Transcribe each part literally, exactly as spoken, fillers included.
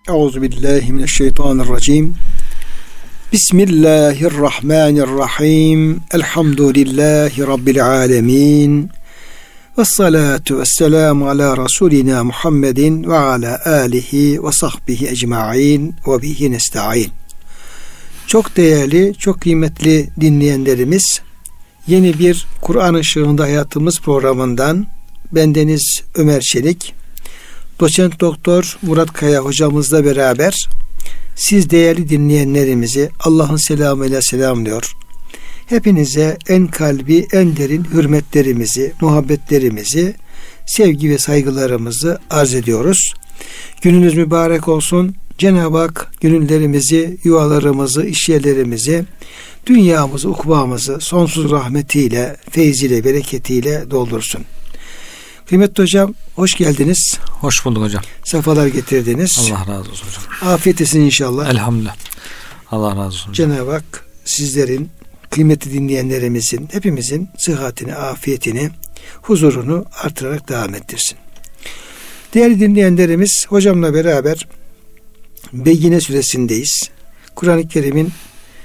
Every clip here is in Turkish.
Euzubillahimineşşeytanirracim. Bismillahirrahmanirrahim. Elhamdülillahi Rabbil alemin. Vessalatu vesselamu ala Resulina Muhammedin ve ala alihi ve sahbihi ecma'in ve bihi nesta'in. Çok değerli, çok kıymetli dinleyenlerimiz, yeni bir Kur'an Işığında Hayatımız programından bendeniz Ömer Çelik, Doçent Doktor Murat Kaya hocamızla beraber siz değerli dinleyenlerimizi Allah'ın selamıyla selamlıyor. Hepinize en kalbi, en derin hürmetlerimizi, muhabbetlerimizi, sevgi ve saygılarımızı arz ediyoruz. Gününüz mübarek olsun. Cenab-ı Hak gönüllerimizi, yuvalarımızı, işyerlerimizi, dünyamızı, ukbamızı sonsuz rahmetiyle, feyziyle, bereketiyle doldursun. Kıymetli hocam, hoş geldiniz. Hoş bulduk hocam. Sefalar getirdiniz. Allah razı olsun hocam. Afiyet olsun inşallah. Elhamdülillah. Allah razı olsun. Cenab-ı Hak sizlerin, kıymetli dinleyenlerimizin, hepimizin sıhhatini, afiyetini, huzurunu artırarak devam ettirsin. Değerli dinleyenlerimiz, hocamla beraber Beyyine suresindeyiz. Kur'an-ı Kerim'in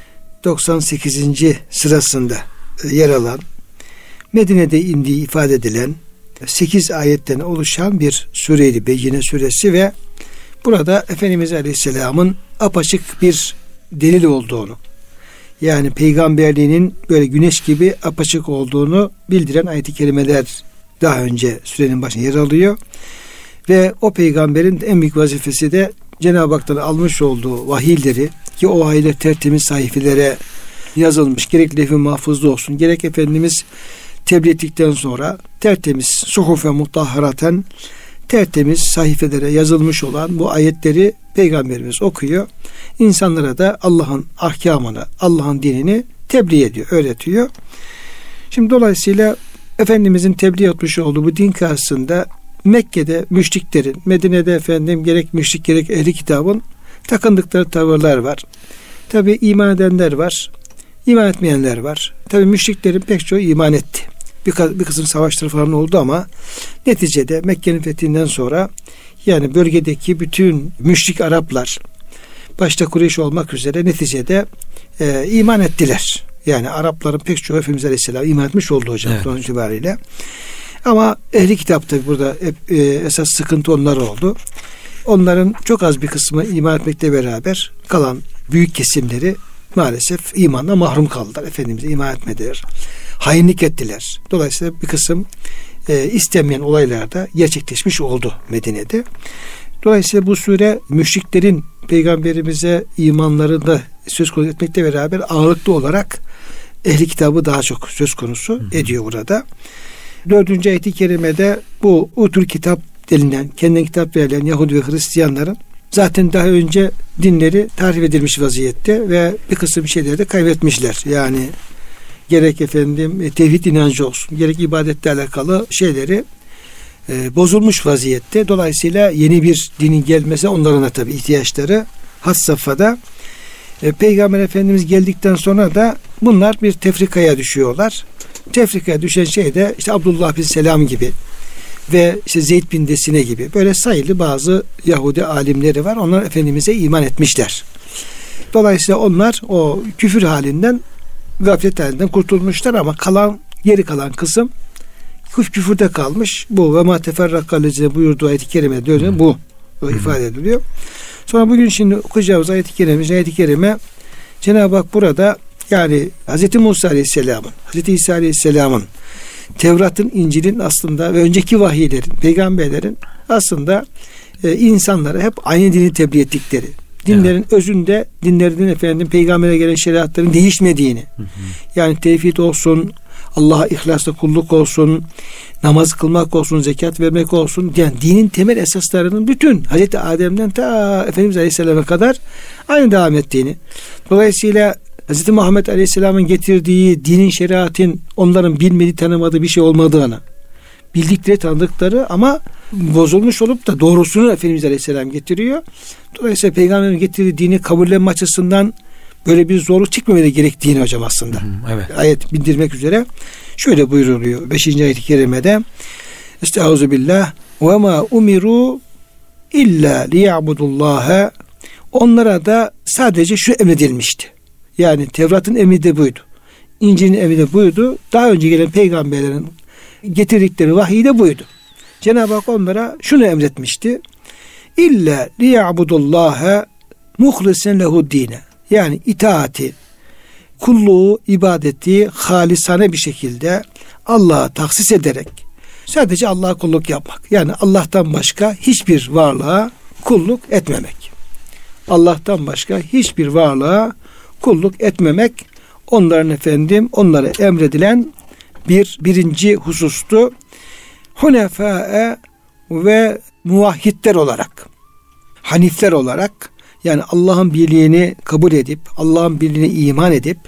doksan sekizinci sırasında yer alan, Medine'de indiği ifade edilen sekiz ayetten oluşan bir sureydi Beyyine suresi ve burada Efendimiz Aleyhisselam'ın apaçık bir delil olduğunu, yani peygamberliğinin böyle güneş gibi apaçık olduğunu bildiren ayet-i kerimeler daha önce surenin başında yer alıyor. Ve o peygamberin en büyük vazifesi de Cenab-ı Hak'tan almış olduğu vahiyleri, ki o vahiyler tertemiz sayfelere yazılmış, gerek levh-i mahfuzda olsun, gerek Efendimiz tebliğ ettikten sonra tertemiz, suhufe mutahharaten, tertemiz sayfelere yazılmış olan bu ayetleri peygamberimiz okuyor. İnsanlara da Allah'ın ahkamını, Allah'ın dinini tebliğ ediyor, öğretiyor. Şimdi dolayısıyla Efendimizin tebliğ etmiş olduğu bu din karşısında Mekke'de müşriklerin, Medine'de efendim gerek müşrik gerek ehli kitabın takındıkları tavırlar var. Tabi iman edenler var, iman etmeyenler var. Tabi müşriklerin pek çoğu iman etti. Bir, bir kısım savaşları falan oldu ama neticede Mekke'nin fethinden sonra yani bölgedeki bütün müşrik Araplar, başta Kureyş olmak üzere neticede e, iman ettiler. Yani Arapların pek çoğu Efendimiz Aleyhisselam iman etmiş oldu hocam evet. Sonuç itibariyle. Ama ehli kitap tabi burada hep, e, esas sıkıntı onlar oldu. Onların çok az bir kısmı iman etmekle beraber kalan büyük kesimleri maalesef imanla mahrum kaldılar. Efendimiz'e iman etmediler. Hainlik ettiler. Dolayısıyla bir kısım e, istenmeyen olaylar da gerçekleşmiş oldu Medine'de. Dolayısıyla bu sure müşriklerin peygamberimize imanlarını söz konusu etmekle beraber ağırlıklı olarak ehli kitabı daha çok söz konusu hı hı. ediyor burada. Dördüncü ayet-i kerimede bu utul kitap denilen, kendine kitap verilen Yahudi ve Hristiyanların zaten daha önce dinleri tarif edilmiş vaziyette ve bir kısım şeyleri de kaybetmişler. Yani gerek efendim tevhid inancı olsun, gerek ibadetle alakalı şeyleri e, bozulmuş vaziyette. Dolayısıyla yeni bir dinin gelmesi onların da tabii ihtiyaçları had safhada. E, Peygamber Efendimiz geldikten sonra da bunlar bir tefrikaya düşüyorlar. Tefrikaya düşen şey de işte Abdullah bin Selam gibi ve işte Zeyd bin Desine gibi böyle sayılı bazı Yahudi alimleri var. Onlar Efendimiz'e iman etmişler. Dolayısıyla onlar o küfür halinden, gaflet halinden kurtulmuşlar ama kalan, geri kalan kısım küfürde kalmış. Bu ve ma teferrakallezine buyurduğu ayet-i kerimede bu hmm. ifade ediliyor. Sonra bugün şimdi okuyacağımız ayet-i kerime, ayet-i kerime Cenab-ı Hak burada yani Hz. Musa Aleyhisselam'ın, Hz. İsa Aleyhisselam'ın, Tevrat'ın, İncil'in aslında ve önceki vahiylerin, peygamberlerin aslında e, insanlara hep aynı dini tebliğ ettikleri, dinlerin evet. özünde dinlerinin efendim peygambere gelen şeriatların değişmediğini, hı hı. yani tevhid olsun, Allah'a ihlasla kulluk olsun, namaz kılmak olsun, zekat vermek olsun, yani dinin temel esaslarının bütün Hazreti Adem'den ta Efendimiz Aleyhisselam'a kadar aynı devam ettiğini, dolayısıyla Hz. Muhammed Aleyhisselam'ın getirdiği dinin, şeriatın onların bilmediği, tanımadığı bir şey olmadığını, bildikleri, tanıdıkları ama bozulmuş olup da doğrusunu Efendimiz Aleyhisselam getiriyor. Dolayısıyla Peygamber'in getirdiği dini kabullenme açısından böyle bir zorluk çıkmamaya gerektiğini hocam aslında. Hı, evet. Ayet bildirmek üzere şöyle buyuruluyor beşinci ayet-i kerimede. Estağfirullah ve ma umiru İlla liya'budullâhe, onlara da sadece şu emredilmişti. Yani Tevrat'ın emri de buydu. İncil'in emri de buydu. Daha önce gelen peygamberlerin getirdikleri vahiy de buydu. Cenab-ı Hak onlara şunu emretmişti. İlla liya'budullâhe muhlisen lehu'd-dîne. Yani itaati, kulluğu, ibadeti halisane bir şekilde Allah'a tahsis ederek sadece Allah'a kulluk yapmak. Yani Allah'tan başka hiçbir varlığa kulluk etmemek. Allah'tan başka hiçbir varlığa kulluk etmemek onların efendim onlara emredilen bir birinci husustu. Hunefâe ve muvahhidler olarak, hanifler olarak, yani Allah'ın birliğini kabul edip Allah'ın birliğine iman edip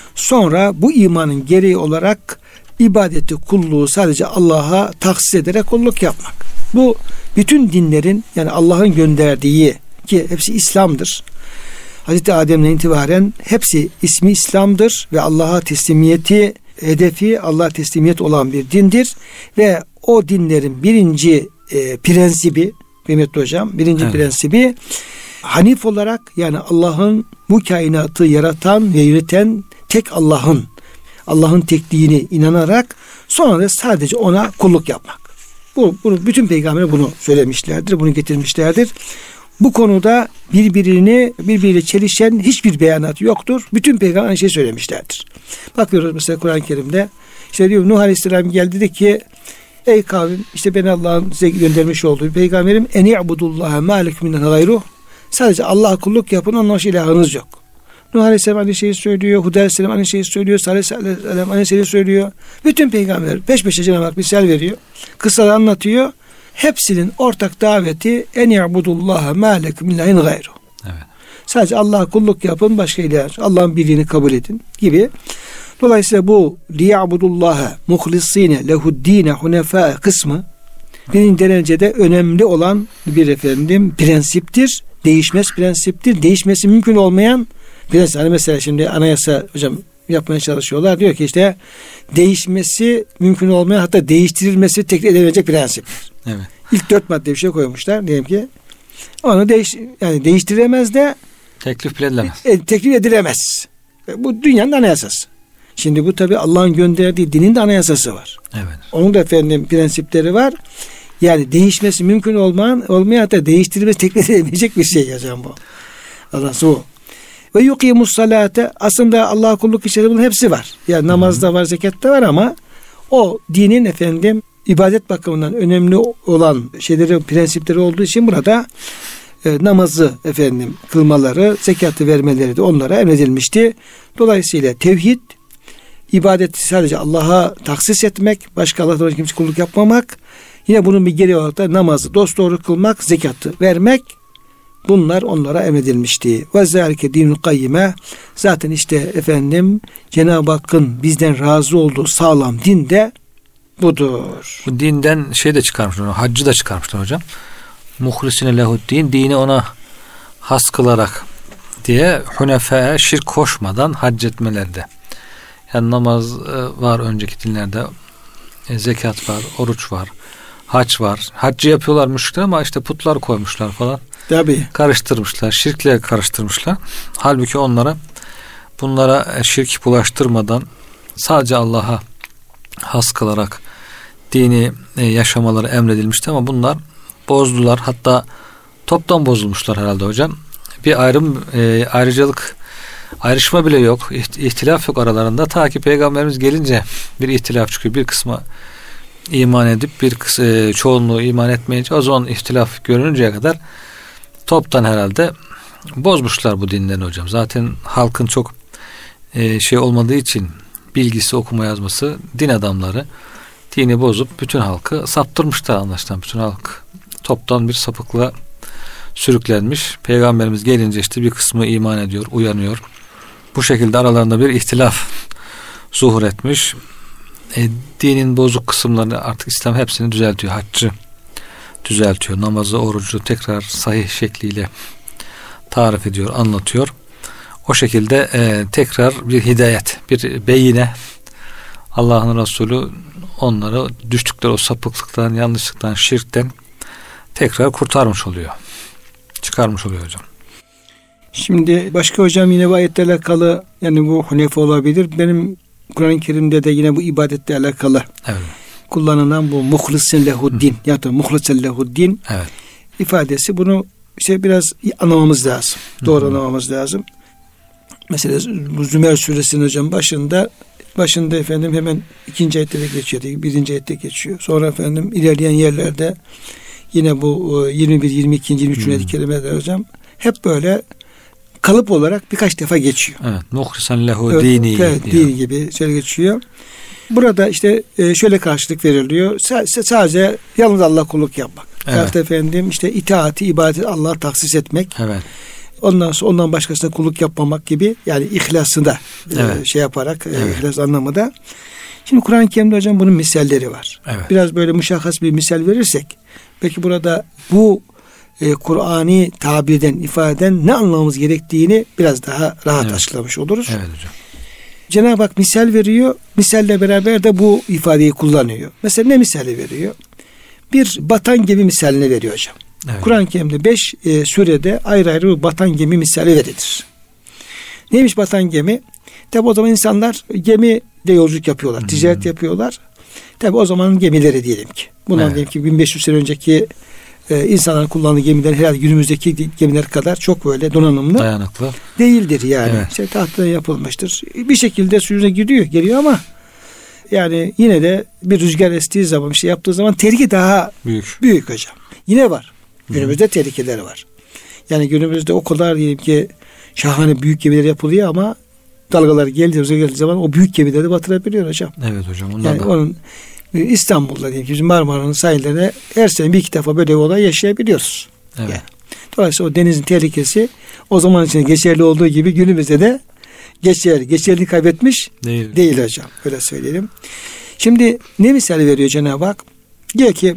sonra bu imanın gereği olarak ibadeti, kulluğu sadece Allah'a tahsis ederek kulluk yapmak. Bu bütün dinlerin, yani Allah'ın gönderdiği, ki hepsi İslam'dır. Hazreti Adem'den itibaren hepsi ismi İslam'dır ve Allah'a teslimiyeti, hedefi Allah'a teslimiyet olan bir dindir ve o dinlerin birinci e, prensibi, kıymetli hocam, birinci evet. prensibi hanif olarak, yani Allah'ın bu kainatı yaratan ve yöneten tek Allah'ın, Allah'ın tekliğine inanarak sonra da sadece ona kulluk yapmak. Bu, bunu bütün peygamberler bunu söylemişlerdir, bunu getirmişlerdir. Bu konuda birbirini birbiriyle çelişen hiçbir beyanat yoktur. Bütün peygamber aynı şeyi söylemişlerdir. Bakıyoruz mesela Kur'an-ı Kerim'de, işte diyor Nuh Aleyhisselam geldi dedi ki, ey kavim, işte ben Allah'ın size göndermiş olduğu peygamberim, en i'budullaha ma lekum min gayruh, sadece Allah'a kulluk yapın, onun başka ilahınız yok. Nuh Aleyhisselam aynı şeyi söylüyor, Hud Aleyhisselam aynı şeyi söylüyor, Salih Aleyhisselam aynı şeyi söylüyor. Bütün peygamberler peş peşe Cenab-ı Hak misal veriyor, kıssalar anlatıyor. Hepsinin ortak daveti en i'budullaha ma lekum min ilahin gayruh. Evet. Sadece Allah'a kulluk yapın, başka ilah, Allah'ın birliğini kabul edin gibi. Dolayısıyla bu liya'budullaha muhlisine lehu'd-dîne hunefâ kısmı birinci derecede önemli olan bir efendim prensiptir. Değişmez prensiptir. Değişmesi mümkün olmayan prensip. Hani mesela şimdi anayasa hocam yapmaya çalışıyorlar. Diyor ki işte değişmesi mümkün olmayan, hatta değiştirilmesi tekrar edilecek prensiptir. Evet. İlk dört madde bir şey koymuşlar diyelim ki. Onu değiş yani değiştirilemez de teklif edilemez. E, teklif edilemez. E, bu dünyanın anayasası. Şimdi bu tabi Allah'ın gönderdiği dinin de anayasası var. Evet. Onun da efendim prensipleri var. Yani değişmesi mümkün olmayan, olmayan hatta değiştirilmesi teklif edilemeyecek bir şey yazan bu. Allah'sı bu. Ve yukimus salate, aslında Allah'a kulluk içerisinde bunun hepsi var. Yani namazda var, zekatta var ama o dinin efendim ibadet bakımından önemli olan şeyleri, prensipleri olduğu için burada e, namazı efendim kılmaları, zekatı vermeleri de onlara emredilmişti. Dolayısıyla tevhid, ibadeti sadece Allah'a tahsis etmek, başka Allah'tan başka kimse kulluk yapmamak, yine bunun bir gereği olarak da namazı dosdoğru kılmak, zekatı vermek, bunlar onlara emredilmişti. Ve zâlike dinul kayyime, zaten işte efendim Cenab-ı Hakk'ın bizden razı olduğu sağlam din de budur. Bu dinden şey de çıkarmışlar, haccı da çıkarmışlar hocam. Muhlisine lehu'd-din, dini ona has kılarak diye hunefâ'e şirk koşmadan hac etmelerde. Yani namaz var önceki dinlerde, zekat var, oruç var, hac var. Haccı yapıyorlar müşrikler ama işte putlar koymuşlar falan. Tabii. Karıştırmışlar, şirkle karıştırmışlar. Halbuki onlara bunlara şirk bulaştırmadan sadece Allah'a has kılarak dini yaşamaları emredilmişti ama bunlar bozdular. Hatta toptan bozulmuşlar herhalde hocam. Bir ayrım, e, ayrıcalık, ayrışma bile yok. İhtilaf yok aralarında. Ta ki Peygamberimiz gelince bir ihtilaf çıkıyor. Bir kısmı iman edip bir kısmı, e, çoğunluğu iman etmeyince, o zaman ihtilaf görününceye kadar toptan herhalde bozmuşlar bu dinlerini hocam. Zaten halkın çok e, şey olmadığı için, bilgisi, okuma yazması, din adamları dini bozup bütün halkı saptırmışlar anlaşılan. Bütün halk toptan bir sapıklığa sürüklenmiş. Peygamberimiz gelince işte bir kısmı iman ediyor, uyanıyor. Bu şekilde aralarında bir ihtilaf zuhur etmiş. E, dinin bozuk kısımlarını artık İslam hepsini düzeltiyor. Haccı düzeltiyor. Namazı, orucu tekrar sahih şekliyle tarif ediyor, anlatıyor. O şekilde e, tekrar bir hidayet, bir beyine, Allah'ın Resulü onları düştükleri o sapıklıktan, yanlışlıktan, şirkten tekrar kurtarmış oluyor. Çıkarmış oluyor hocam. Şimdi başka hocam yine bu ayetle alakalı, yani bu hunefe olabilir. Benim Kur'an-ı Kerim'de de yine bu ibadetle alakalı evet. kullanılan bu muhlisin lehuddin ya da muhlisin lehuddin evet. ifadesi, bunu işte biraz anlamamız lazım. Doğru anlamamız lazım. Mesela bu Zümer suresinin hocam başında başında efendim hemen ikinci ayette de geçiyor, birinci ayette geçiyor. Sonra efendim ilerleyen yerlerde yine bu yirmi bir, yirmi iki, yirmi üç ayet-i kerimeler hocam hep böyle kalıp olarak birkaç defa geçiyor. Evet. Muhlisan lehu dini. Evet, dini gibi şöyle geçiyor. Burada işte şöyle karşılık veriliyor. S- sadece yalnız Allah kulluk yapmak. Evet. Efendim işte itaati, ibadeti Allah'a tahsis etmek. Evet. Ondan sonra ondan başkasına kulluk yapmamak gibi, yani ihlasında evet. e, şey yaparak evet. e, ihlas anlamında. Şimdi Kur'an-ı Kerim'de hocam bunun misalleri var. Evet. Biraz böyle müşahhas bir misal verirsek belki burada bu e, Kur'ani tabirden, ifadeden ne anlamamız gerektiğini biraz daha rahat evet. açıklamış oluruz. Evet hocam. Cenab-ı Hak misal veriyor. Misalle beraber de bu ifadeyi kullanıyor. Mesela ne misali veriyor? Bir batan gemi misalini veriyor hocam. Evet. Kur'an-ı Kerim'de beş e, surede ayrı ayrı batan gemi misali verilir. Neymiş batan gemi? Tabi o zaman insanlar gemide yolculuk yapıyorlar. Hmm. Ticaret yapıyorlar. Tabi o zamanın gemileri diyelim ki. Bundan evet. diyelim ki bin beş yüz sene önceki e, insanların kullandığı gemiler herhalde günümüzdeki gemiler kadar çok böyle donanımlı. Dayanıklı. Değildir yani. Evet. İşte tahtadan yapılmıştır. Bir şekilde suyuna gidiyor, geliyor ama yani yine de bir rüzgar estiği zaman, bir şey yaptığı zaman tehlike daha büyük, büyük hocam. Yine var. Günümüzde Hı. tehlikeler var. Yani günümüzde o kadar diyelim ki şahane büyük gemiler yapılıyor ama dalgalar geldiği, rüzgar geldiği zaman o büyük gemileri batırabiliyor hocam. Evet hocam. Yani da... onun İstanbul'da diyelim ki Marmara'nın sahillerine her sene bir iki defa böyle bir olay yaşayabiliyoruz. Evet. Yani. Dolayısıyla o denizin tehlikesi o zaman için geçerli olduğu gibi günümüzde de geçerli. Geçerliğini kaybetmiş değil. değil hocam. Öyle söyleyelim. Şimdi ne misal veriyor Cenab-ı Hak? Diyor ki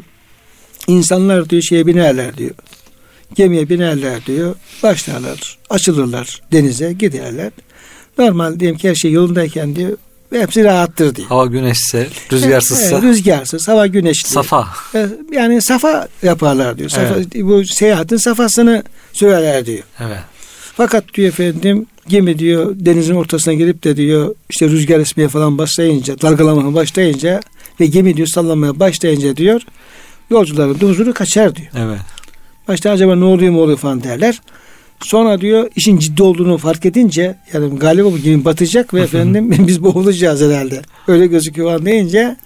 insanlar diyor şeye binerler diyor. Gemiye binerler diyor. Başlarlar. Açılırlar denize giderler. Normal diyelim ki her şey yolundayken diyor. Hepsi rahattır diyor. Hava güneşse, rüzgarsızsa. Evet, rüzgarsız, hava güneşli. Safa. Yani safa yaparlar diyor. Safa, evet. Bu seyahatin safasını sürerler diyor. Evet. Fakat diyor efendim gemi diyor denizin ortasına gelip de diyor işte rüzgar esmeye falan başlayınca, dalgalamaya başlayınca ve gemi diyor sallanmaya başlayınca diyor yolcuların da huzuru kaçar diyor. Evet. Başta acaba ne oluyor mu oluyor falan derler. Sonra diyor işin ciddi olduğunu fark edince yani galiba bu gemi batacak ve efendim biz boğulacağız herhalde. Öyle gözüküyor falan deyince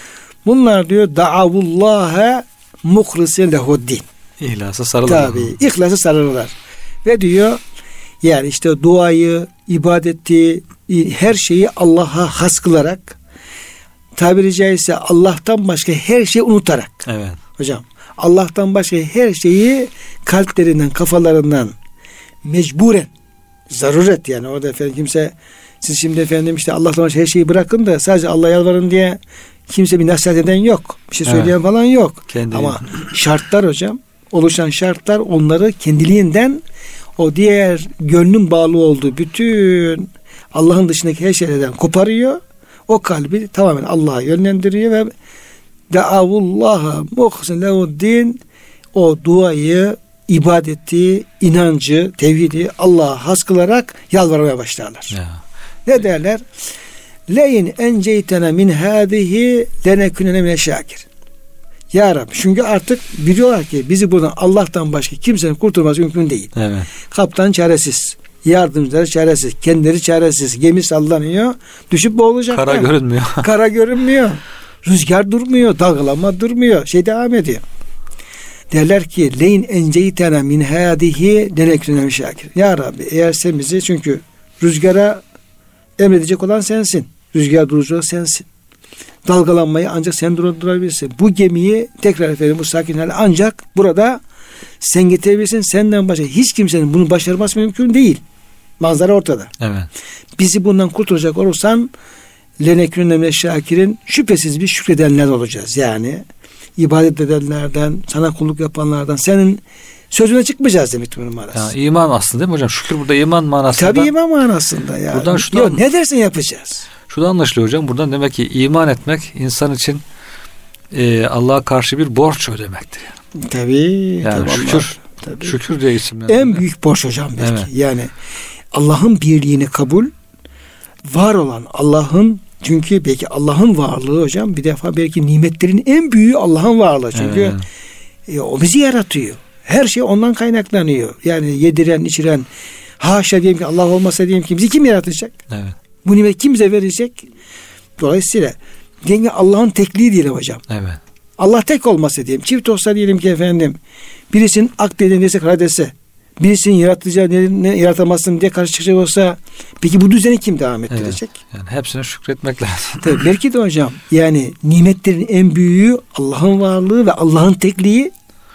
bunlar diyor da'avullaha muhlisin lehuddin. İhlasa sarılırlar. Tabii ihlası sarılırlar. Ve diyor yani işte duayı, ibadeti, her şeyi Allah'a has kılarak tabiri caizse Allah'tan başka her şeyi unutarak. Evet. Hocam Allah'tan başka her şeyi kalplerinden, kafalarından mecburen, zaruret yani orada efendim kimse siz şimdi efendim işte Allah'tan başka her şeyi bırakın da sadece Allah'a yalvarın diye kimse bir nasihat eden yok. Bir şey söyleyen evet. falan yok. Kendini. Ama şartlar hocam, oluşan şartlar onları kendiliğinden o diğer gönlün bağlı olduğu bütün Allah'ın dışındaki her şeylerden koparıyor. O kalbi tamamen Allah'a yönlendiriyor ve da'avullaha muhsin lehuddin o duayı, ibadeti, inancı, tevhidi Allah'a has kılarak yalvarmaya başlarlar. Ya. Ne derler? Leyin enceytene min hâzihi lenekünene mine şakir. Ya Rabbi çünkü artık biliyorlar ki bizi buradan Allah'tan başka kimsenin kurtulması mümkün değil. Evet. Kaptan çaresiz. Yardımcıları çaresiz. Kendileri çaresiz. Gemi sallanıyor. Düşüp boğulacaklar. Kara görünmüyor. Kara görünmüyor. Rüzgar durmuyor. Dalgalanma durmuyor. Şey devam ediyor. Derler ki leyin enceytena min hâdihi lenekünene şakir. Ya Rabbi eğer sen bizi çünkü rüzgara emredecek olan sensin. Rüzgar duracak sensin. Dalgalanmayı ancak sen durdurabilirsin. Bu gemiyi tekrar efendim bu sakin hale ancak burada sen getirebilirsin. Senden başka hiç kimsenin bunu başarması mümkün değil. Manzara ortada. Evet. Bizi bundan kurtulacak olursan lenekünne mine şakirin şüphesiz bir şükredenler olacağız. Yani ibadet edenlerden, sana kulluk yapanlardan, senin sözüne çıkmayacağız demek bunun manası. Ya, iman aslında değil mi hocam? Şükür burada iman manasında. Tabii iman manasında yani. Buradan şuradan, Yok, ne dersen yapacağız. Şurada anlaşılıyor hocam. Buradan demek ki iman etmek insan için e, Allah'a karşı bir borç ödemektir. Tabii. Yani tabii şükür. Allah, tabii. Şükür diye isimlendirdi. En büyük borç hocam belki. Evet. Yani Allah'ın birliğini kabul, var olan Allah'ın, çünkü belki Allah'ın varlığı hocam bir defa belki nimetlerin en büyüğü Allah'ın varlığı. Çünkü Evet. e, o bizi yaratıyor. Her şey ondan kaynaklanıyor. Yani yediren, içiren, haşa diyelim ki Allah olmasa diyelim ki bizi kim yaratacak? Evet. Bu nimet kim bize verecek? Dolayısıyla diyelim ki Allah'ın tekliği diyelim hocam. Evet. Allah tek olmasa diyelim, çift olsa diyelim ki efendim, birisinin ak dediğin dese kara dese, birisinin yaratacağı ne yaratamazsın diye karşı çıkacak olsa, peki bu düzeni kim devam ettirecek? Evet. Yani hepsine şükretmek lazım. Tabii, belki de hocam yani nimetlerin en büyüğü Allah'ın varlığı ve Allah'ın tekliği.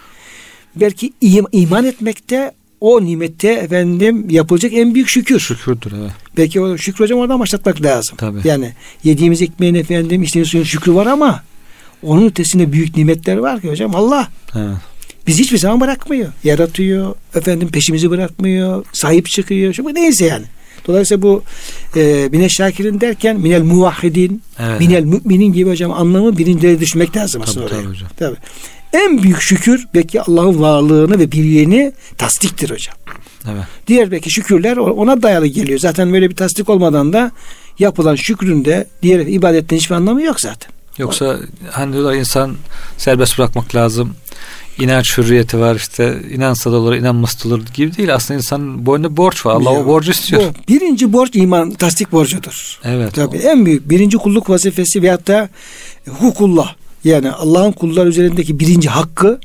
Belki iman etmekte, o nimette efendim yapılacak en büyük şükür. Şükürdür, evet. Belki o şükrü hocam oradan başlatmak lazım. Tabii. Yani yediğimiz ekmeğin efendim içtiğimiz suyun şükrü var ama onun ötesinde büyük nimetler var ki hocam Allah. Evet. Bizi hiçbir zaman bırakmıyor. Yaratıyor. Efendim peşimizi bırakmıyor. Sahip çıkıyor. Şu bu neyse yani. Dolayısıyla bu e, Mine Şakir'in derken minel muvahhidin, Evet. minel müminin gibi hocam anlamı birincilere düşmek lazım. Tabii, aslında tabii oraya. hocam. Tabii. En büyük şükür belki Allah'ın varlığını ve birliğini tasdiktir hocam. Evet. Diğer belki şükürler ona dayalı geliyor. Zaten böyle bir tasdik olmadan da yapılan şükrün de diğer ibadetten hiçbir anlamı yok zaten. Yoksa hani diyorlar insan serbest bırakmak lazım. İnanç hürriyeti var, işte inansa da olur, inanmasa da olur gibi değil. Aslında insanın boynunda borç var. Allah Ya, o borcu istiyor. Bu, birinci borç iman, tasdik borcudur. Evet. Tabii en büyük birinci kulluk vazifesi veyahut da hukullah. Yani Allah'ın kullar üzerindeki birinci hakkı,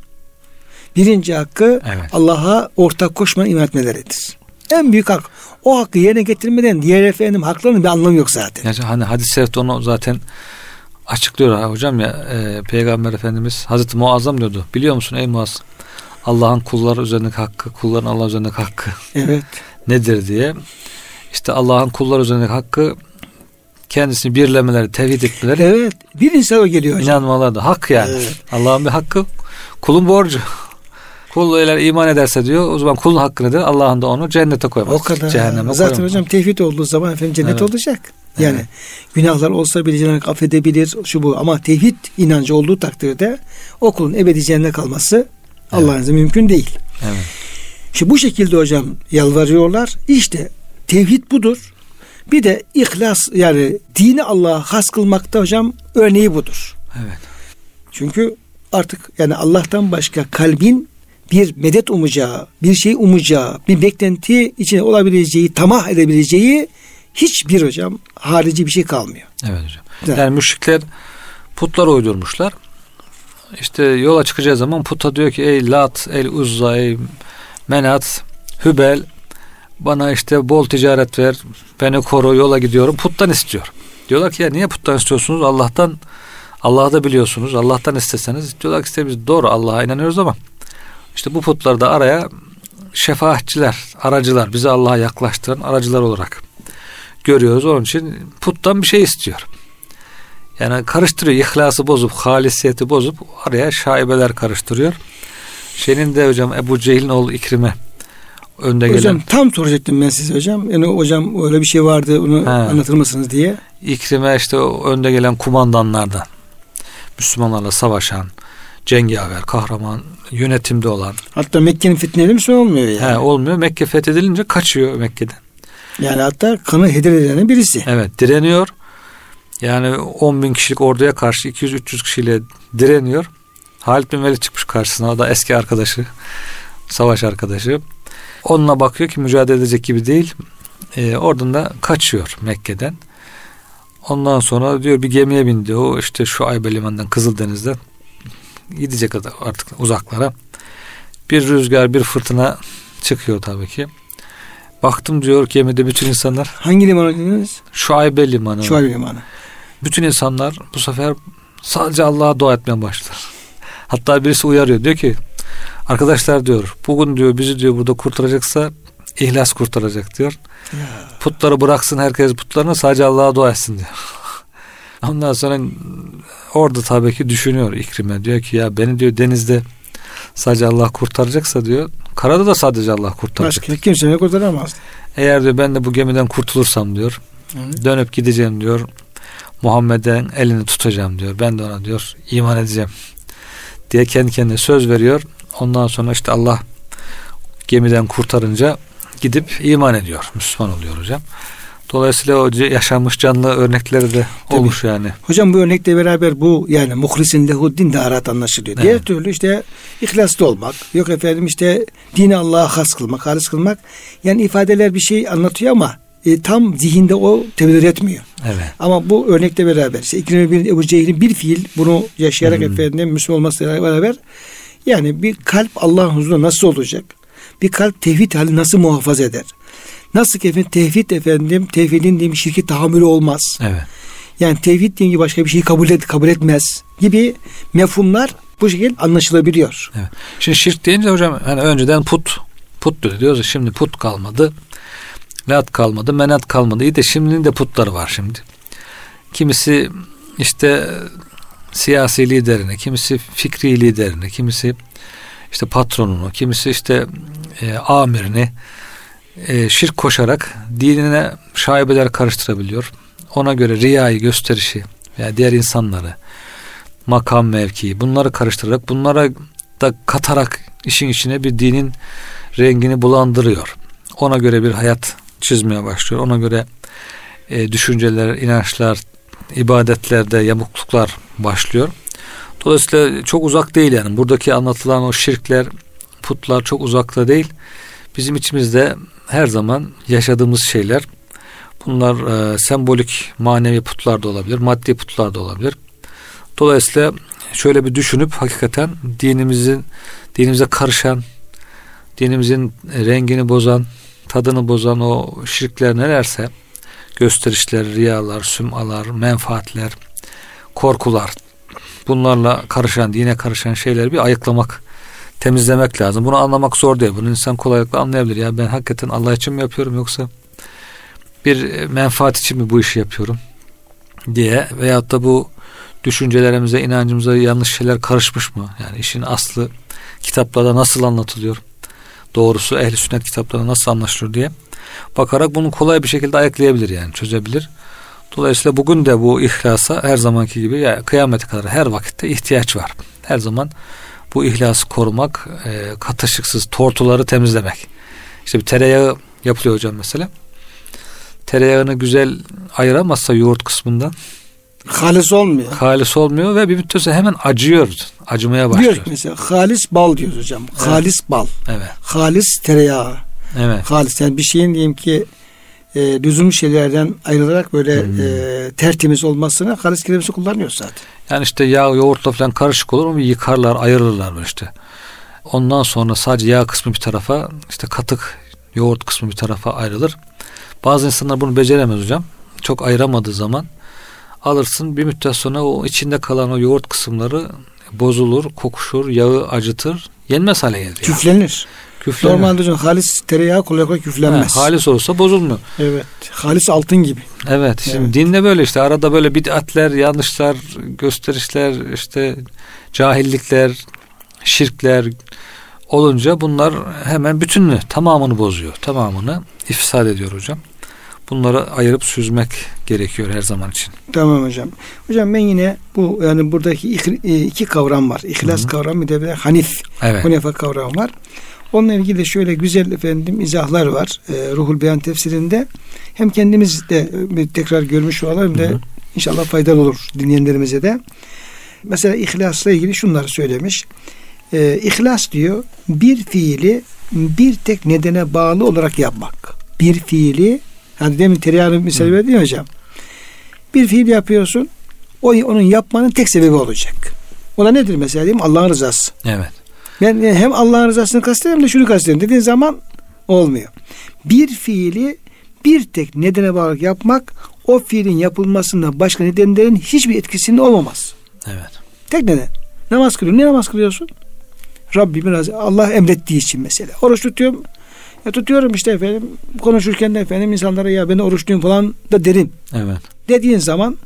birinci hakkı Evet. Allah'a ortak koşma iman etmeleridir. En büyük hak. O hakkı yerine getirmeden diğer efendim haklarının bir anlamı yok zaten. Yani hani hadis-i şerifte onu zaten açıklıyor ha hocam ya, e, Peygamber Efendimiz Hazreti Muazzam diyordu. Biliyor musun ey Muaz? Allah'ın kulları üzerindeki hakkı, kulların Allah üzerindeki hakkı Evet. nedir diye. İşte Allah'ın kullar üzerindeki hakkı kendisini birlemeleri, tevhid etmeleri, Evet. Bir insan o geliyor hocam. inanmaları da hak yani. Evet. Allah'ın bir hakkı, kulun borcu. Kul eğer iman ederse diyor, o zaman kulun hakkı nedir? Allah'ın da onu cennete koymaz. O kadar. Cehenneme Zaten koymaz. hocam tevhid olduğu zaman efendim cennet Evet. olacak. Yani Evet. günahlar olsa bile Cenab-ı Hak affedebilir şu bu, ama tevhid inancı olduğu takdirde o kulun ebedi cennete kalması Allah'ın izniyle mümkün değil. Evet. İşte bu şekilde hocam yalvarıyorlar. İşte tevhid budur. Bir de ihlas, yani dini Allah'a has kılmakta hocam örneği budur. Evet. Çünkü artık yani Allah'tan başka kalbin bir medet umacağı, bir şey umacağı, bir beklenti içine olabileceği, tamah edebileceği hiçbir hocam harici bir şey kalmıyor. Evet hocam. Evet. Yani müşrikler putlar uydurmuşlar. İşte yola çıkacağı zaman puta diyor ki ey Lat, ey Uzza, ey Menat, Hübel, bana işte bol ticaret ver, beni koru, yola gidiyorum. Puttan istiyor. Diyorlar ki ya niye puttan istiyorsunuz? Allah'tan, Allah'ı da biliyorsunuz. Allah'tan isteseniz. Diyorlar ki işte biz doğru Allah'a inanıyoruz ama işte bu putları da araya şefaatçiler, aracılar, bizi Allah'a yaklaştıran aracılar olarak görüyoruz. Onun için puttan bir şey istiyor. Yani karıştırıyor. İhlası bozup, halisiyeti bozup araya şaibeler karıştırıyor. Şeyin de hocam Ebu Cehil'in oğlu İkrime önde Hocam gelen. tam soracaktım ben size hocam. Yani hocam öyle bir şey vardı, onu Ha. anlatır mısınız diye. İkrime işte o önde gelen kumandanlardan. Müslümanlarla savaşan, cengaver, kahraman, yönetimde olan. Hatta Mekke'nin fitneleri Müslüman olmuyor yani. He, olmuyor. Mekke fethedilince kaçıyor Mekke'den. Yani hatta kanı heder edilen birisi. Evet, direniyor. Yani on bin kişilik orduya karşı iki yüz üç yüz kişiyle direniyor. Halid bin Velid çıkmış karşısına. O da eski arkadaşı. Savaş arkadaşı. Onunla bakıyor ki mücadele edecek gibi değil. Ee, oradan da kaçıyor Mekke'den. Ondan sonra diyor bir gemiye bindi. O işte şu Aybe limanından, Kızıldeniz'den gidecek artık uzaklara. Bir rüzgar, bir fırtına çıkıyor tabii ki. Baktım diyor gemide bütün insanlar. Hangi liman dediniz? Şuaybe limanı. Şuaybe limanı. Bütün insanlar bu sefer sadece Allah'a dua etmeye başlar. Hatta birisi uyarıyor. Diyor ki arkadaşlar diyor bugün diyor bizi diyor burada kurtaracaksa ihlas kurtaracak diyor. Ya. Putları bıraksın herkes putlarını, sadece Allah'a dua etsin diyor. Ondan sonra orada tabii ki düşünüyor İkrime. Diyor ki ya beni diyor denizde sadece Allah kurtaracaksa diyor karada da sadece Allah kurtaracak. Başka kimse kurtaramaz. Eğer diyor ben de bu gemiden kurtulursam diyor Evet. dönüp gideceğim diyor. Muhammed'in elini tutacağım diyor. Ben de ona diyor iman edeceğim diye kendi kendine söz veriyor. Ondan sonra işte Allah gemiden kurtarınca gidip iman ediyor. Müslüman oluyor hocam. Dolayısıyla o yaşanmış canlı örnekleri de Tabii. olmuş yani. Hocam bu örnekle beraber bu yani muhlisin lehuddin de rahat anlaşılıyor. Evet. Diğer türlü işte ihlaslı olmak, yok efendim işte dini Allah'a has kılmak, halis kılmak. Yani ifadeler bir şey anlatıyor ama e, tam zihinde o tebir etmiyor. Evet. Ama bu örnekle beraber işte İkrim'e bir Ebu Cehil'in bir fiil bunu yaşayarak hmm. efendim Müslüman olmasıyla beraber yani bir kalp Allah'ın huzurunda nasıl olacak? Bir kalp tevhid hali nasıl muhafaza eder? Nasıl ki efendim tevhid efendim tevhidin diye bir şirki tahammülü olmaz. Evet. Yani tevhid deyince başka bir şeyi kabul et, kabul etmez gibi mefhumlar bu şekilde anlaşılabiliyor. Evet. Şimdi şirk deyince hocam hani önceden put put diyoruz ya, şimdi put kalmadı. Lat kalmadı, menat kalmadı. İyi de şimdinin de putları var şimdi. Kimisi işte siyasi liderine, kimisi fikri liderine, kimisi işte patronunu, kimisi işte e, amirini e, şirk koşarak dinine şaibeler karıştırabiliyor. Ona göre riyayı, gösterişi veya diğer insanları, makam mevkii bunları karıştırarak, bunlara da katarak işin içine bir dinin rengini bulandırıyor. Ona göre bir hayat çizmeye başlıyor. Ona göre e, düşünceler, inançlar, ibadetlerde yamukluklar başlıyor. Dolayısıyla çok uzak değil yani. Buradaki anlatılan o şirkler, putlar çok uzakta değil. Bizim içimizde her zaman yaşadığımız şeyler. Bunlar e, sembolik, manevi putlar da olabilir, maddi putlar da olabilir. Dolayısıyla şöyle bir düşünüp hakikaten dinimizin dinimize karışan, dinimizin rengini bozan, tadını bozan o şirkler nelerse, gösterişler, riyalar, sümalar, menfaatler, korkular, bunlarla karışan, dine karışan şeyleri bir ayıklamak, temizlemek lazım. Bunu anlamak zor değil. Bunu insan kolaylıkla anlayabilir. Ya ben hakikaten Allah için mi yapıyorum yoksa bir menfaat için mi bu işi yapıyorum diye, veyahut da bu düşüncelerimize, inancımıza yanlış şeyler karışmış mı? Yani işin aslı kitaplarda nasıl anlatılıyor? Doğrusu ehl-i sünnet kitaplarında nasıl anlaşılıyor diye bakarak bunu kolay bir şekilde ayıklayabilir yani, çözebilir. Dolayısıyla bugün de bu ihlasa her zamanki gibi ya kıyamete kadar her vakitte ihtiyaç var. Her zaman bu ihlası korumak, e, katışıksız tortuları temizlemek. İşte bir tereyağı yapılıyor hocam mesela. Tereyağını güzel ayıramazsa yoğurt kısmından halis olmuyor. Halis olmuyor ve bir müddet sonra hemen acıyor. Acımaya başlıyor. Diyor mesela halis bal diyoruz hocam. Evet. Halis bal. Evet. Halis tereyağı. Evet. Halis yani bir şeyin diyelim ki e, lüzumlu şeylerden ayrılarak böyle hmm. e, tertemiz olmasına halis kelimesi kullanıyor zaten. Yani işte yağ yoğurtla falan karışık olur mu yıkarlar, ayırırlar böyle işte. Ondan sonra sadece yağ kısmı bir tarafa, işte katık yoğurt kısmı bir tarafa ayrılır. Bazı insanlar bunu beceremez hocam. Çok ayıramadığı zaman alırsın, bir müddet sonra o içinde kalan o yoğurt kısımları bozulur, kokuşur, yağı acıtır, yenmez hale gelir. Küflenir. Küflenir. Normalde hocam halis tereyağı kolay kolay küflenmez. He, halis olursa bozulmuyor. Evet. Halis altın gibi. Evet. Şimdi evet. Dinde böyle işte arada böyle bid'atler, yanlışlar, gösterişler, işte cahillikler, şirkler olunca bunlar hemen bütününü, tamamını bozuyor. Tamamını ifsad ediyor hocam. Bunları ayırıp süzmek gerekiyor her zaman için. Tamam hocam. Hocam ben yine bu yani buradaki iki kavram var. İhlas Hı-hı. kavramı bir de bir hanif, evet. Hunefa kavramı var. Onunla ilgili de şöyle güzel efendim izahlar var. E, Ruhul Beyan tefsirinde. Hem kendimiz de bir tekrar görmüş olalım hem de Hı-hı. inşallah faydalı olur dinleyenlerimize de. Mesela ihlasla ilgili şunları söylemiş. E, İhlas diyor bir fiili bir tek nedene bağlı olarak yapmak. Bir fiili, hani demin tereyağını misal verdim ya hocam. Bir fiil yapıyorsun, o onun yapmanın tek sebebi olacak. O da nedir mesela diyeyim? Allah'ın rızası. Evet. Ben hem Allah'ın rızasını kastediyorum hem de şunu kastediyorum dediğin zaman olmuyor. Bir fiili bir tek nedene bağlı yapmak, o fiilin yapılmasında başka nedenlerin hiçbir etkisinin olmaması. Evet. Tek neden. Namaz kılıyorsun. Ne namaz kılıyorsun? Rabbimin razı, Allah emrettiği için mesela. Oruç tutuyorum. Ya tutuyorum işte efendim, konuşurken de efendim insanlara ya ben oruçluyum falan da derim. Evet. Dediğin zaman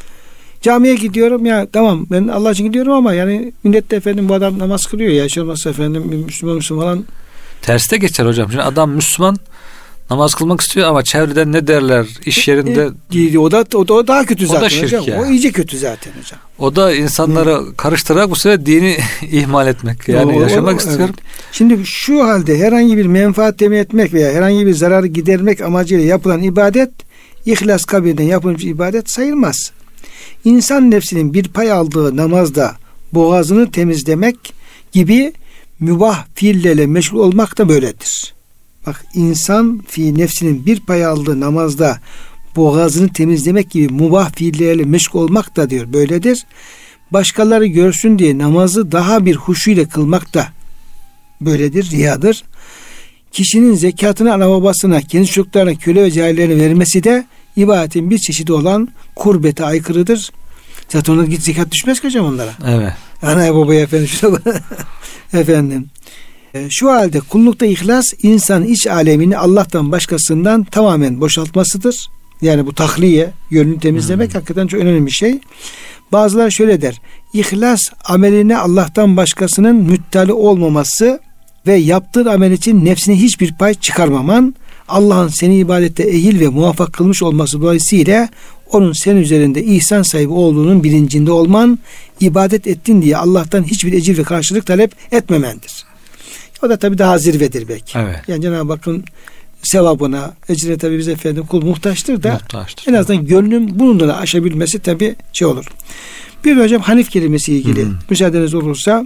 camiye gidiyorum ya tamam ben Allah için gidiyorum ama yani millet de efendim bu adam namaz kılıyor ya hiç olmazsa efendim Müslüman Müslüman falan. Terste geçer hocam. Şimdi adam Müslüman Namaz kılmak istiyor ama çevreden ne derler, iş yerinde e, o da o da daha kötü zaten o da şirk hocam. Ya. O iyice kötü zaten hocam. O da insanları Hı. karıştırarak bu sefer dini ihmal etmek. Yani o, yaşamak o, istiyorum. Evet. Şimdi şu halde herhangi bir menfaat temin etmek veya herhangi bir zararı gidermek amacıyla yapılan ibadet ihlas kabilinden yapılmış ibadet sayılmaz. İnsan nefsinin bir pay aldığı namazda boğazını temizlemek gibi mübah fiillerle meşgul olmak da böyledir. Bak, insan fi nefsinin bir pay aldığı namazda boğazını temizlemek gibi mübah fiillerle meşgul olmak da diyor böyledir. Başkaları görsün diye namazı daha bir huşuyla kılmak da böyledir, riyadır. Kişinin zekatını ana babasına, kendi çocuklarına, köle ve cahillerine vermesi de ibadetin bir çeşidi olan kurbete aykırıdır. Zaten ona git zekat düşmez ki hocam onlara. Evet. Ana babaya efendim şuna efendim. Şu halde kullukta ihlas insan iç alemini Allah'tan başkasından tamamen boşaltmasıdır. Yani bu tahliye, yönünü temizlemek hmm. hakikaten çok önemli bir şey. Bazıları şöyle der. İhlas ameline Allah'tan başkasının müttali olmaması ve yaptığın amel için nefsine hiçbir pay çıkarmaman, Allah'ın seni ibadette ehil ve muvaffak kılmış olması dolayısıyla onun senin üzerinde ihsan sahibi olduğunun bilincinde olman, ibadet ettin diye Allah'tan hiçbir ecir ve karşılık talep etmemendir. O da tabii daha zirvedir belki. Evet. Yani Cenab-ı Hakk'ın sevabına, ecrine tabii biz efendim kul muhtaçtır da muhtaçtır. En azından gönlün bununla da aşabilmesi tabii şey olur. Bir de hocam Hanif kelimesi ilgili hmm. müsaadeniz olursa,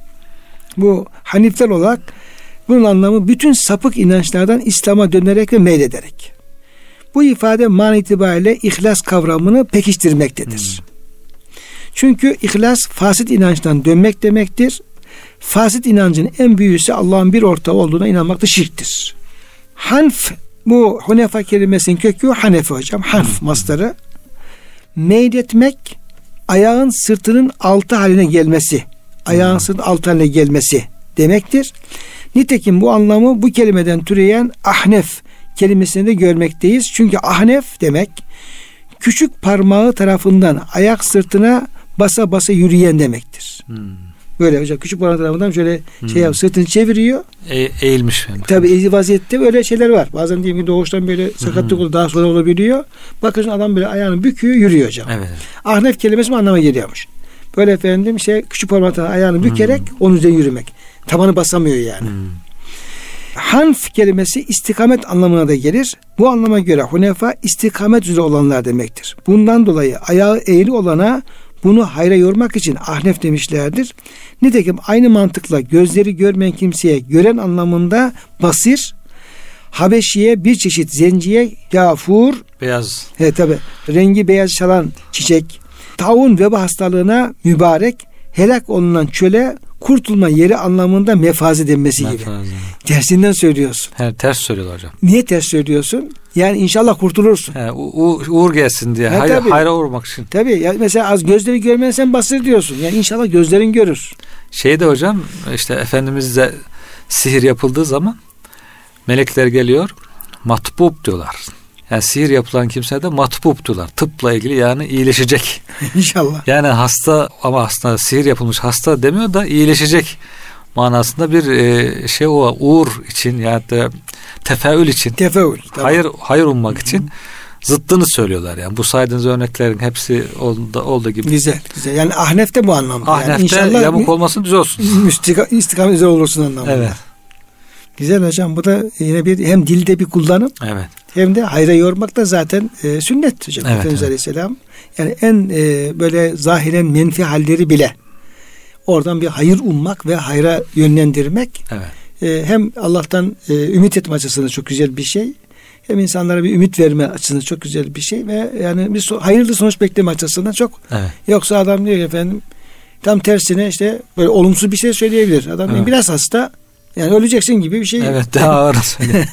bu Hanifler olarak bunun anlamı bütün sapık inançlardan İslam'a dönerek ve meylederek. Bu ifade man itibariyle ihlas kavramını pekiştirmektedir. Hmm. Çünkü ihlas fasit inançtan dönmek demektir. Fasit inancın en büyüğüsü Allah'ın bir ortağı olduğuna inanmak da şirktir. Hanf, bu hunefa kelimesinin kökü hanefe hocam. Hanf hmm. mastarı. Meyletmek, ayağın sırtının altı haline gelmesi. Ayağın hmm. sırtının altı haline gelmesi demektir. Nitekim bu anlamı bu kelimeden türeyen ahnef kelimesini de görmekteyiz. Çünkü ahnef demek küçük parmağı tarafından ayak sırtına basa basa yürüyen demektir. Hmm. Böyle hocam küçük parmağı tarafından şöyle hmm. şey yap, sırtını çeviriyor. E, eğilmiş. Tabii eğil vaziyette böyle şeyler var. Bazen diyelim ki doğuştan böyle sakatlık hmm. olur, daha sonra olabiliyor. Bakın adam böyle ayağını büküyor, yürüyor hocam. Evet. Ahnef kelimesi mi anlama geliyormuş. Böyle efendim şey küçük parmakla ayağını bükerek hmm. onun üzerine yürümek. Tabanı basamıyor yani. Hmm. Hanf kelimesi istikamet anlamına da gelir. Bu anlama göre hunefa istikamet üzere olanlar demektir. Bundan dolayı ayağı eğri olana bunu hayra yormak için ahnef demişlerdir. Nitekim aynı mantıkla gözleri görmeyen kimseye gören anlamında basir, Habeşiye bir çeşit zenciye gafur, beyaz. He tabi rengi beyaz çalan çiçek, taun veba hastalığına mübarek, helak olunan çöle kurtulma yeri anlamında mefazi denmesi mefazi. Gibi. Tersinden söylüyorsun. He, ters söylüyorlar hocam. Niye ters söylüyorsun? Yani inşallah kurtulursun. He, u- uğur gelsin diye. He, hayra, hayra uğurmak için. Tabii. Ya mesela az gözleri görmeyen sen basır diyorsun. Yani inşallah gözlerin görür. Şeyde hocam işte Efendimiz'de sihir yapıldığı zaman melekler geliyor. Matbub diyorlar. Yani sihir yapılan kimseye de matbub diyorlar. Tıpla ilgili yani iyileşecek. İnşallah. Yani hasta ama aslında sihir yapılmış hasta demiyor da iyileşecek manasında bir e, şey o uğur için yani de tefeül için. Tefeül. Tamam. Hayır hayır ummak için zıttını söylüyorlar yani. Bu saydığınız örneklerin hepsi oldu, olduğu gibi. Güzel, güzel. Yani ahnef de bu anlamda. Ahnef'te yani inşallah yamuk olmasın düz olsun. Müstika, istikamet üzere olursun anlamında. Evet. Güzel hocam. Bu da yine bir hem dilde bir kullanım. Evet. Hem de hayra yormak da zaten e, sünnet hocam. Evet, Efendimiz evet. Aleyhisselam. Yani en e, böyle zahiren menfi halleri bile oradan bir hayır ummak ve hayra yönlendirmek. Evet. E, hem Allah'tan e, ümit etme açısından çok güzel bir şey. Hem insanlara bir ümit verme açısından çok güzel bir şey ve yani bir so- hayırlı sonuç bekleme açısından çok. Evet. Yoksa adam diyor ki efendim tam tersine işte böyle olumsuz bir şey söyleyebilir. Adam evet. biraz hasta. Yani öleceksin gibi bir şey. Evet, daha ağır söylüyor.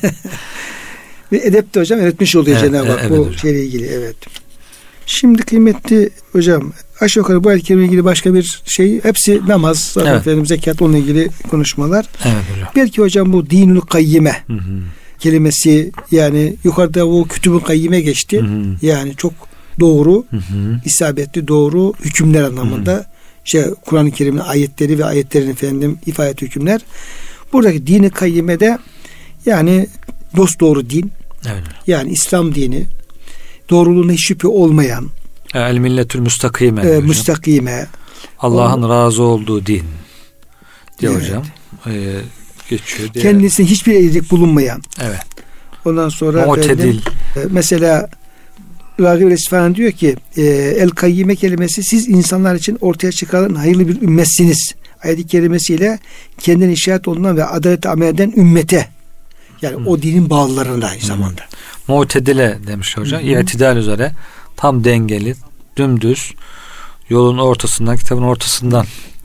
Ve edep de hocam öğretmiş oluyor evet, Cenab-ı Hak evet, bu evet, şeyle ilgili. Evet. Şimdi kıymetli hocam aşağı yukarı bu ayet-i kerime ilgili başka bir şey hepsi namaz, zaten evet. efendim zekat onunla ilgili konuşmalar. Evet hocam. Belki hocam bu dinül kayyime hı hı. kelimesi yani yukarıda o kütüb-ü kayyime geçti. Hı hı. Yani çok doğru, hı hı. isabetli doğru hükümler anlamında. Hı hı. Şey Kur'an-ı Kerim'in ayetleri ve ayetlerin efendim ifade hükümler. Buradaki dini kayyimede yani dosdoğru din, Evet. Yani İslam dini, doğruluğuna hiç şüphe olmayan, El milletül müstakime. E, müstakime. Allah'ın Onu, razı olduğu din diyor evet. hocam. E, geçiyor. Diye. Kendisine hiçbir eğrilik bulunmayan. Evet. Ondan sonra Mu'tedil. Efendim, e, mesela Ragıp Esfahan diyor ki e, El Kayyime kelimesi siz insanlar için ortaya çıkarılan hayırlı bir ümmetsiniz. Ayet-i kerimesiyle kendine işaret olunan ve adalet amel eden ümmete. Yani hmm. o dinin bağlılarına aynı hmm. zamanda. Mu'tedile demiş hocam. Hmm. İ'tidal üzere tam dengeli, dümdüz yolun ortasından, kitabın ortasından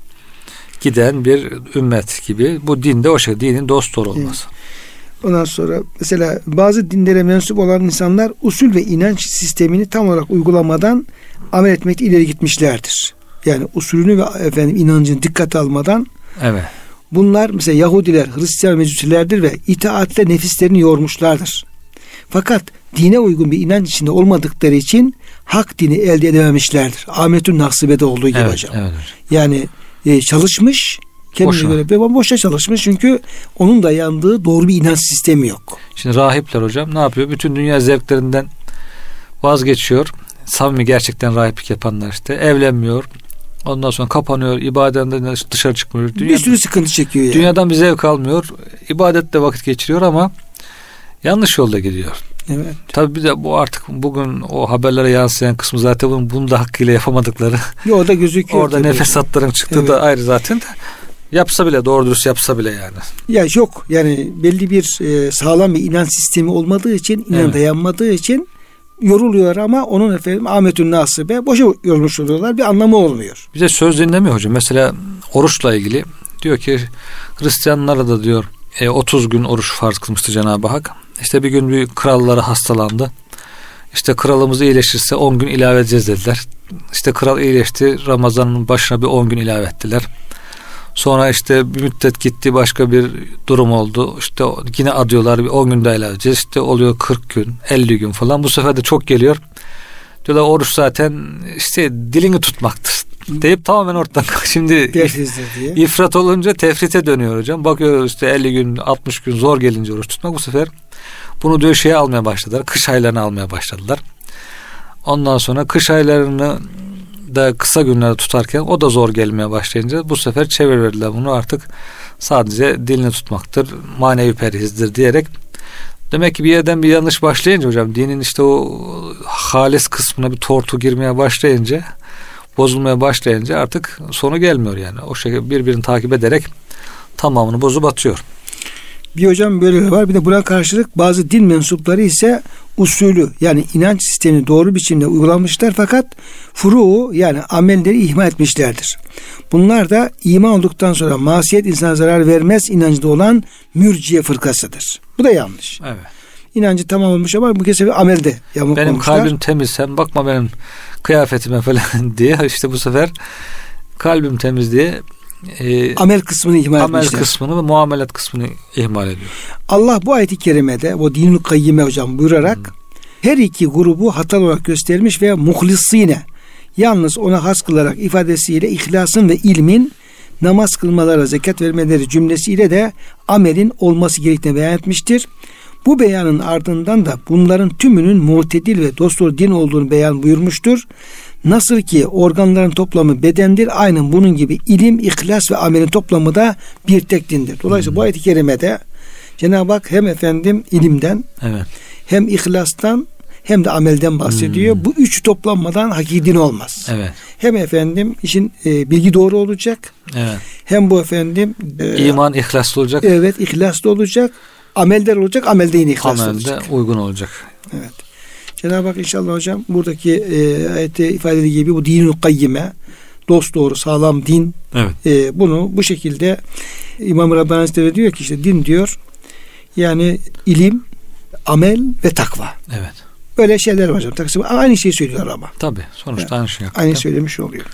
giden bir ümmet gibi. Bu dinde o şekilde dinin dost doğru olması. Evet. Ondan sonra mesela bazı dinlere mensup olan insanlar usul ve inanç sistemini tam olarak uygulamadan amel etmekte ileri gitmişlerdir. Yani usulünü ve efendim inancını dikkate almadan. Evet. Bunlar mesela Yahudiler, Hristiyan mecusilerdir ve itaatle nefislerini yormuşlardır. Fakat dine uygun bir inanç içinde olmadıkları için hak dini elde edememişlerdir. Ahmetün Nasibe'de olduğu gibi evet, hocam. Evet. Yani e, çalışmış, kendine göre bir boşa çalışmış çünkü onun dayandığı doğru bir inanç sistemi yok. Şimdi rahipler hocam ne yapıyor? Bütün dünya zevklerinden vazgeçiyor. Samimi gerçekten rahiplik yapanlar işte evlenmiyor. Ondan sonra kapanıyor. İbadetten dışarı çıkmıyor. Dünya, bir sürü sıkıntı çekiyor yani. Dünyadan bir zevk almıyor. İbadetle vakit geçiriyor ama yanlış yolda gidiyor. Evet. Tabii bir de bu artık bugün o haberlere yansıyan kısmı zaten bunun bunu da hakkıyla yapamadıkları. Yo, o da gözüküyor. Orada ne fesatların çıktığı evet. da ayrı zaten de. Yapsa bile doğru dürüst yapsa bile yani. Ya yok yani belli bir e, sağlam bir inanç sistemi olmadığı için, inan evet. dayanmadığı için yoruluyor ama onun efendim Ahmetün Nasibe boşa yorulmuş oluyorlar. Bir anlamı olmuyor. Bize söz dinlemiyor hocam. Mesela oruçla ilgili diyor ki Hristiyanlara da diyor e, otuz gün oruç farz kılmıştı Cenab-ı Hak. İşte bir gün bir kralları hastalandı. İşte kralımız iyileşirse on gün ilave edeceğiz dediler. İşte kral iyileşti. Ramazan'ın başına bir on gün ilave ettiler. Sonra işte bir müddet gitti, başka bir durum oldu. İşte yine adıyorlar bir on gün daha ilave edeceğiz. İşte oluyor kırk gün, elli gün falan. Bu sefer de çok geliyor. Diyorlar oruç zaten işte dilini tutmaktır deyip tamamen ortadan şimdi if- ifrat olunca tefrite dönüyor hocam. Bakıyor işte elli gün, altmış gün zor gelince oruç tutmak, bu sefer bunu diyor şeye almaya başladılar. Kış aylarını almaya başladılar. Ondan sonra kış aylarını da kısa günlerde tutarken o da zor gelmeye başlayınca bu sefer çevirdiler bunu, artık sadece dilini tutmaktır, manevi perhizdir diyerek. Demek ki bir yerden bir yanlış başlayınca hocam, dinin işte o halis kısmına bir tortu girmeye başlayınca, bozulmaya başlayınca artık sonu gelmiyor yani. O şekilde birbirini takip ederek tamamını bozup atıyor. Bir hocam böyle var. Bir de buna karşılık bazı din mensupları ise usulü yani inanç sistemini doğru biçimde uygulamışlar fakat furu yani amelleri ihmal etmişlerdir. Bunlar da iman olduktan sonra masiyet insana zarar vermez inancında olan mürciye fırkasıdır. Bu da yanlış. Evet. İnancı tamam olmuş ama bu kez amelde yamuk benim olmuşlar. Kalbim temiz, sen bakma benim kıyafetime falan diye işte bu sefer kalbim temiz diye E, amel kısmını ihmal amel etmişler. kısmını ve muamelat kısmını ihmal ediyor. Allah bu ayet-i kerimede o Din-i Kayyime hocam buyurarak hmm. her iki grubu hatalı olarak göstermiş ve muhlisine yalnız ona has kılarak ifadesiyle ihlasın ve ilmin namaz kılmaları, zekat vermeleri cümlesiyle de amelin olması gerektiğini beyan etmiştir. Bu beyanın ardından da bunların tümünün mu'tedil ve dosdoğru din olduğunu beyan buyurmuştur. Nasıl ki organların toplamı bedendir, aynen bunun gibi ilim, ihlas ve amelin toplamı da bir tek dindir. Dolayısıyla hmm. bu ayet-i kerimede Cenab-ı Hak hem efendim ilimden, evet. hem ihlastan hem de amelden bahsediyor. Hmm. Bu üç toplanmadan hakiki din olmaz. Evet. Hem efendim işin e, bilgi doğru olacak. Evet. Hem bu efendim e, iman ihlaslı olacak. Evet, ihlaslı olacak. Amelden olacak, amelde yine ihlaslı amelde olacak. Amelde uygun olacak. Evet. Cenab-ı Hak inşallah hocam buradaki e, ayette ifade edildiği gibi bu Din-i Kayyime, dosdoğru sağlam din, evet. e, bunu bu şekilde İmam-ı Rabbani Hazretleri diyor ki işte din diyor yani ilim, amel ve takva. Evet. Böyle şeyler var hocam. Taksim aynı şeyi söylüyor ama. Tabii. Sonuçta yani, aynı şey. Aynı söylemiş oluyor.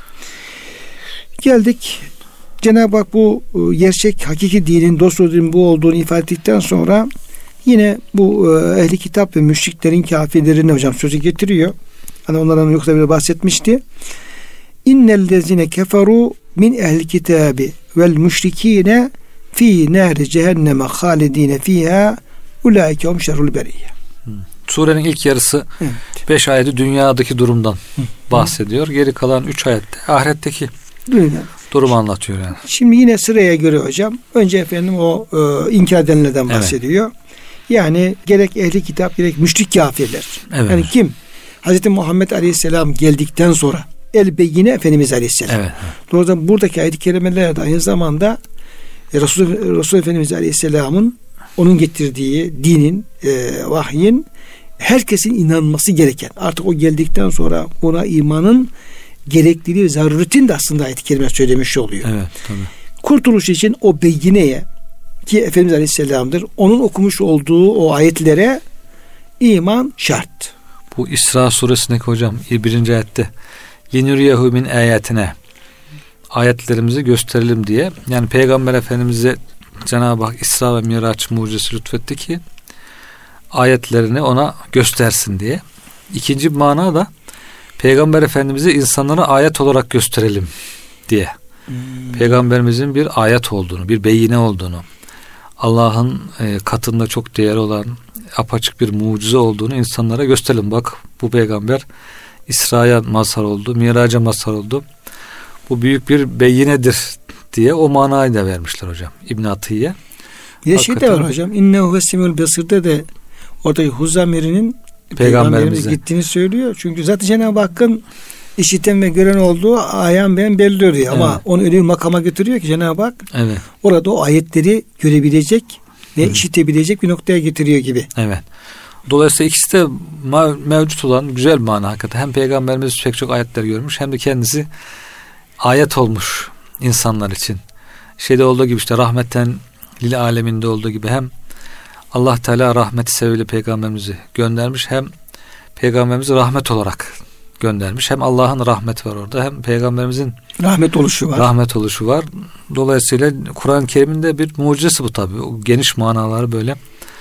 Geldik. Cenab-ı Hak bu gerçek hakiki dinin, dosdoğru dinin bu olduğunu ifade ettikten sonra yine bu ehli kitap ve müşriklerin, kafirlerine hocam sözü getiriyor. Hani onlardan yoksa bile bahsetmişti. İnnellezine keferu min ehli kitabi vel müşrikine fi nâri cehenneme halidine fiha ulaike hum şerrul beriyye. Surenin ilk yarısı evet. beş ayeti dünyadaki durumdan Hı. bahsediyor. Geri kalan üç ayette ahiretteki Dünya. durumu anlatıyor yani. Şimdi yine sıraya göre hocam önce efendim o e, inkar edenlerden bahsediyor. Evet. Yani gerek ehli kitap gerek müşrik kafirler. Evet. Yani kim? Hazreti Muhammed Aleyhisselam geldikten sonra el beyine Efendimiz Aleyhisselam. Evet. Dolayısıyla buradaki ayet-i kerimeler de aynı zamanda e, Resul, Resul Efendimiz Aleyhisselam'ın onun getirdiği dinin, e, vahyin herkesin inanması gereken, artık o geldikten sonra buna imanın gerekliliği ve zaruretin de aslında ayet-i kerime söylemiş oluyor. Evet, tabii. Kurtuluş için o beyineye ki Efendimiz Aleyhisselam'dır, onun okumuş olduğu o ayetlere iman şart. Bu İsra suresindeki hocam birinci ayette linuriyehu min ayetine, ayetlerimizi gösterelim diye, yani Peygamber Efendimiz'e Cenab-ı Hak İsra ve Miraç mucizesi lütfetti ki ayetlerini ona göstersin diye. İkinci mana da Peygamber Efendimiz'i insanlara ayet olarak gösterelim diye. Hmm. Peygamberimizin bir ayet olduğunu, bir beyine olduğunu, Allah'ın e, katında çok değerli olan apaçık bir mucize olduğunu insanlara gösterelim. Bak bu peygamber İsra'ya mazhar oldu, Miraç'a mazhar oldu. Bu büyük bir beyinedir diye o manayı da vermişler hocam İbn Atiyye. Bir de şey de var hocam. İnnehu vesimül besir'de de oradaki Huzamir'in Peygamberimize gittiğini söylüyor. Çünkü zaten Cenab-ı Hakk'ın işiten ve gören olduğu ayan beyan belli oluyor. Evet. Ama onu öyle bir makama götürüyor ki Cenab-ı Hak evet. orada o ayetleri görebilecek ve Hı. işitebilecek bir noktaya getiriyor gibi. Evet. Dolayısıyla ikisi de mevcut olan güzel mana hakikaten. Hem Peygamberimiz pek çok ayetler görmüş hem de kendisi ayet olmuş insanlar için. Şeyde olduğu gibi işte rahmetten lil aleminde olduğu gibi hem Allah Teala rahmeti sebebiyle Peygamberimizi göndermiş, hem Peygamberimizi rahmet olarak göndermiş. Hem Allah'ın rahmeti var orada, hem Peygamberimizin rahmet oluşu var. Rahmet oluşu var. Dolayısıyla Kur'an-ı Kerim'in de bir mucizesi bu tabii. O geniş manaları böyle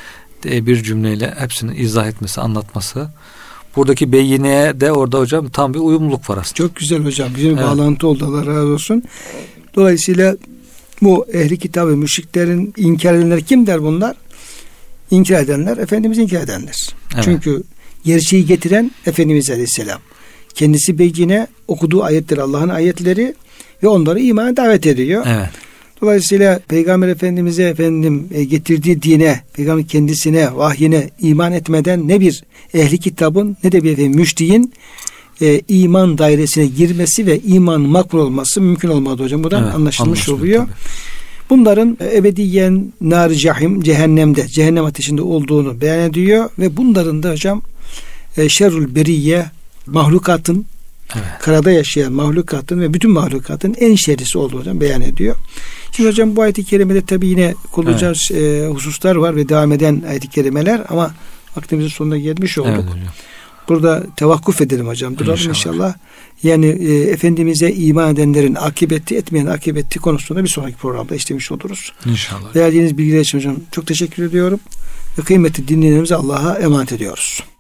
bir cümleyle hepsini izah etmesi, anlatması. Buradaki beyineye de orada hocam tam bir uyumluluk var aslında. Çok güzel hocam. Güzel bir evet. bağlantı oldu. Allah razı olsun. Dolayısıyla bu ehli kitap ve müşriklerin inkar edenler kim der bunlar? İnkar edenler Efendimiz inkar edenler. Evet. Çünkü gerçeği getiren Efendimiz Aleyhisselam. Kendisi beyine okuduğu ayetler Allah'ın ayetleri ve onları imana davet ediyor. Evet. Dolayısıyla Peygamber Efendimiz'e efendim getirdiği dine, Peygamber kendisine, vahyine iman etmeden ne bir ehli kitabın ne de bir efendim müşriğin e, iman dairesine girmesi ve iman makbul olması mümkün olmadı hocam. Buradan evet, anlaşılmış oluyor. Tabii. Bunların ebediyen nar cahim cehennemde, cehennem ateşinde olduğunu beyan ediyor ve bunların da hocam e, şerrül beriye mahlukatın evet. karada yaşayan mahlukatın ve bütün mahlukatın en şerrisi olduğunu hocam beyan ediyor. Şimdi hocam bu ayet-i kerimede tabi yine kullanacağız evet. e, hususlar var ve devam eden ayet-i kerimeler ama vaktimizin sonuna gelmiş olduk. Evet, burada tevakkuf edelim hocam. Duralım inşallah. inşallah. Yani e, Efendimiz'e iman edenlerin akıbeti etmeyen akıbeti konusunda bir sonraki programda işlemiş oluruz. İnşallah. Verdiğiniz bilgiler için hocam çok teşekkür ediyorum. Ve kıymetli dinleyenlerimize Allah'a emanet ediyoruz.